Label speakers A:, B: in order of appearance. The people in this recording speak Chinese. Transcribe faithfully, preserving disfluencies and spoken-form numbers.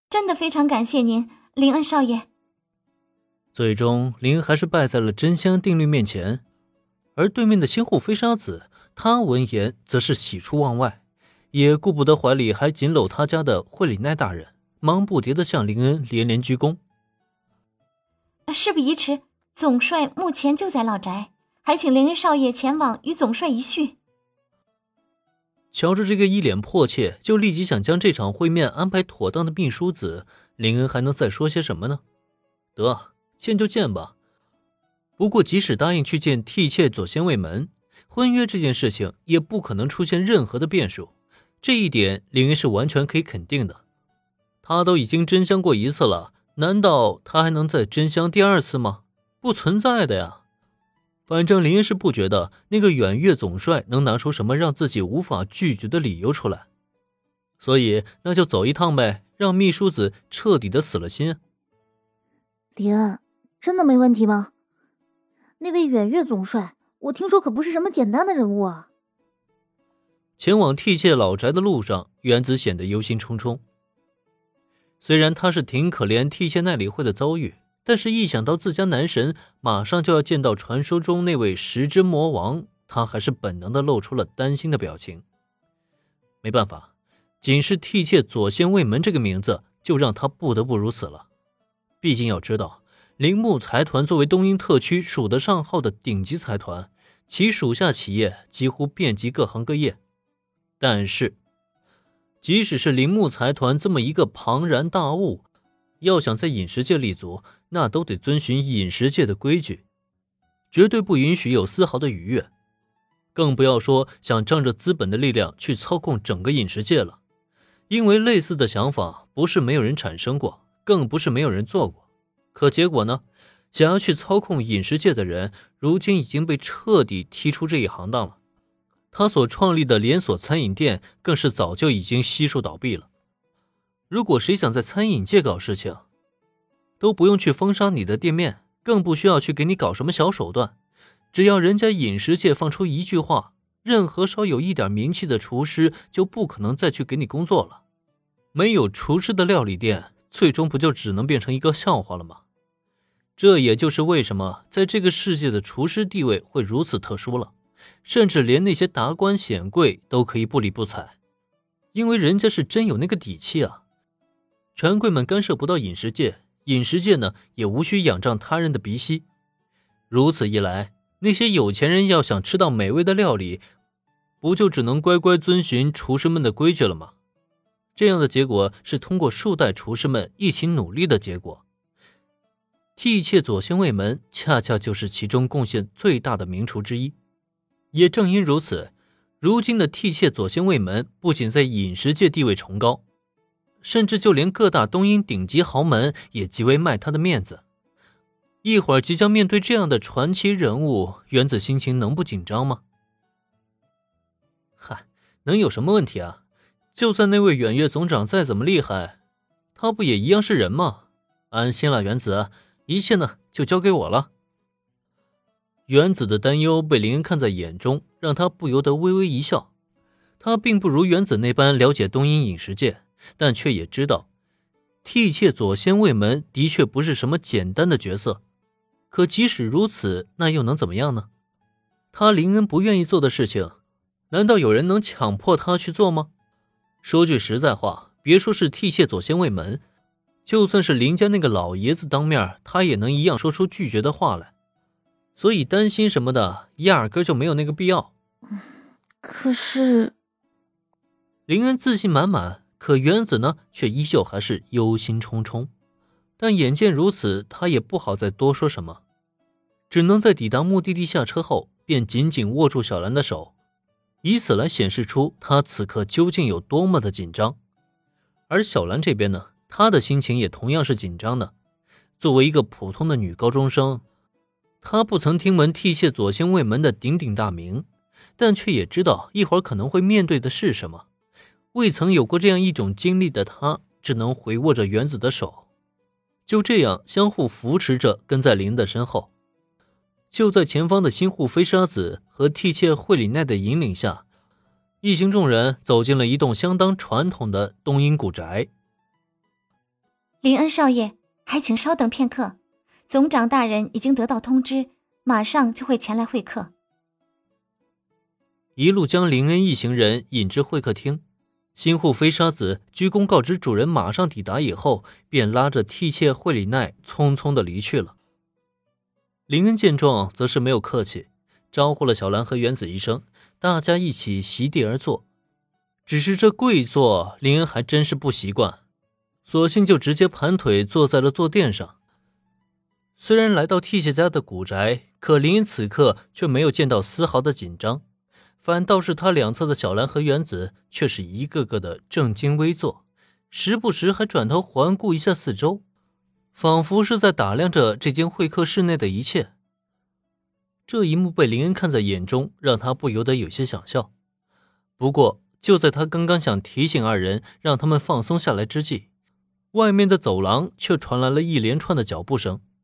A: 真的非常感谢您，林恩少爷。
B: 最终林恩还是败在了真香定律面前，而对面的星户飞沙子，他闻言则是喜出望外，也顾不得怀里还紧搂他家的惠里奈大人，忙不迭地向林恩连连鞠躬。
A: 事不宜迟，总帅目前就在老宅，还请林恩少爷前往与总帅一叙。
B: 瞧着这个一脸迫切就立即想将这场会面安排妥当的秘书子，林恩还能再说些什么呢？得，见就见吧。不过即使答应去见替妾左仙卫门，婚约这件事情也不可能出现任何的变数，这一点林恩是完全可以肯定的。他都已经真香过一次了，难道他还能再真香第二次吗？不存在的呀。反正林恩是不觉得那个远月总帅能拿出什么让自己无法拒绝的理由出来，所以那就走一趟呗，让秘书子彻底的死了心。
C: 林恩，真的没问题吗？那位远月总帅，我听说可不是什么简单的人物啊。
B: 前往替妾老宅的路上，原子显得忧心忡忡。虽然他是挺可怜替妾奈理惠的遭遇，但是一想到自家男神马上就要见到传说中那位石之魔王，他还是本能地露出了担心的表情。没办法，仅是替妾左仙卫门这个名字就让他不得不如此了。毕竟要知道，铃木财团作为东英特区数得上号的顶级财团，其属下企业几乎遍及各行各业。但是即使是铃木财团这么一个庞然大物，要想在饮食界立足，那都得遵循饮食界的规矩，绝对不允许有丝毫的逾越。更不要说想仗着资本的力量去操控整个饮食界了，因为类似的想法不是没有人产生过，更不是没有人做过。可结果呢？想要去操控饮食界的人，如今已经被彻底踢出这一行当了。他所创立的连锁餐饮店更是早就已经悉数倒闭了。如果谁想在餐饮界搞事情，都不用去封杀你的店面，更不需要去给你搞什么小手段，只要人家饮食界放出一句话，任何稍有一点名气的厨师就不可能再去给你工作了。没有厨师的料理店，最终不就只能变成一个笑话了吗？这也就是为什么在这个世界的厨师地位会如此特殊了，甚至连那些达官显贵都可以不理不睬，因为人家是真有那个底气啊。权贵们干涉不到饮食界，饮食界呢也无需仰仗他人的鼻息。如此一来，那些有钱人要想吃到美味的料理，不就只能乖乖遵循厨师们的规矩了吗？这样的结果是通过数代厨师们一起努力的结果。替妾左仙卫门恰恰就是其中贡献最大的名厨之一。也正因如此，如今的替妾左仙卫门不仅在饮食界地位崇高，甚至就连各大东英顶级豪门也极为卖他的面子。一会儿即将面对这样的传奇人物，原子心情能不紧张吗？嗨，能有什么问题啊？就算那位远月总长再怎么厉害，他不也一样是人吗？安心了，原子，一切呢就交给我了。原子的担忧被林恩看在眼中，让他不由得微微一笑。他并不如原子那般了解东英饮食界，但却也知道替妾左仙卫门的确不是什么简单的角色。可即使如此，那又能怎么样呢？他林恩不愿意做的事情，难道有人能强迫他去做吗？说句实在话，别说是替妾左仙卫门，就算是林家那个老爷子当面，他也能一样说出拒绝的话来。所以担心什么的，压根就没有那个必要。
C: 可是，
B: 林恩自信满满，可原子呢，却依旧还是忧心忡忡。但眼见如此，他也不好再多说什么，只能在抵达目的地下车后，便紧紧握住小兰的手，以此来显示出他此刻究竟有多么的紧张。而小兰这边呢，她的心情也同样是紧张的。作为一个普通的女高中生，她不曾听闻替妾左仙卫门的鼎鼎大名，但却也知道一会儿可能会面对的是什么。未曾有过这样一种经历的她，只能回握着原子的手，就这样相互扶持着跟在林的身后。就在前方的新户飞沙子和替妾惠里奈的引领下，一行众人走进了一栋相当传统的东英古宅。
A: 林恩少爷，还请稍等片刻，总长大人已经得到通知，马上就会前来会客。
B: 一路将林恩一行人引至会客厅，新护飞沙子鞠躬告知主人马上抵达以后，便拉着替妾惠里奈匆匆地离去了。林恩见状则是没有客气，招呼了小兰和原子一声，大家一起席地而坐。只是这跪坐林恩还真是不习惯，索性就直接盘腿坐在了坐垫上。虽然来到替妾家的古宅，可林恩此刻却没有见到丝毫的紧张，反倒是他两侧的小兰和原子却是一个个的正襟危坐，时不时还转头环顾一下四周，仿佛是在打量着这间会客室内的一切。这一幕被林恩看在眼中，让他不由得有些想笑。不过就在他刚刚想提醒二人让他们放松下来之际，外面的走廊却传来了一连串的脚步声。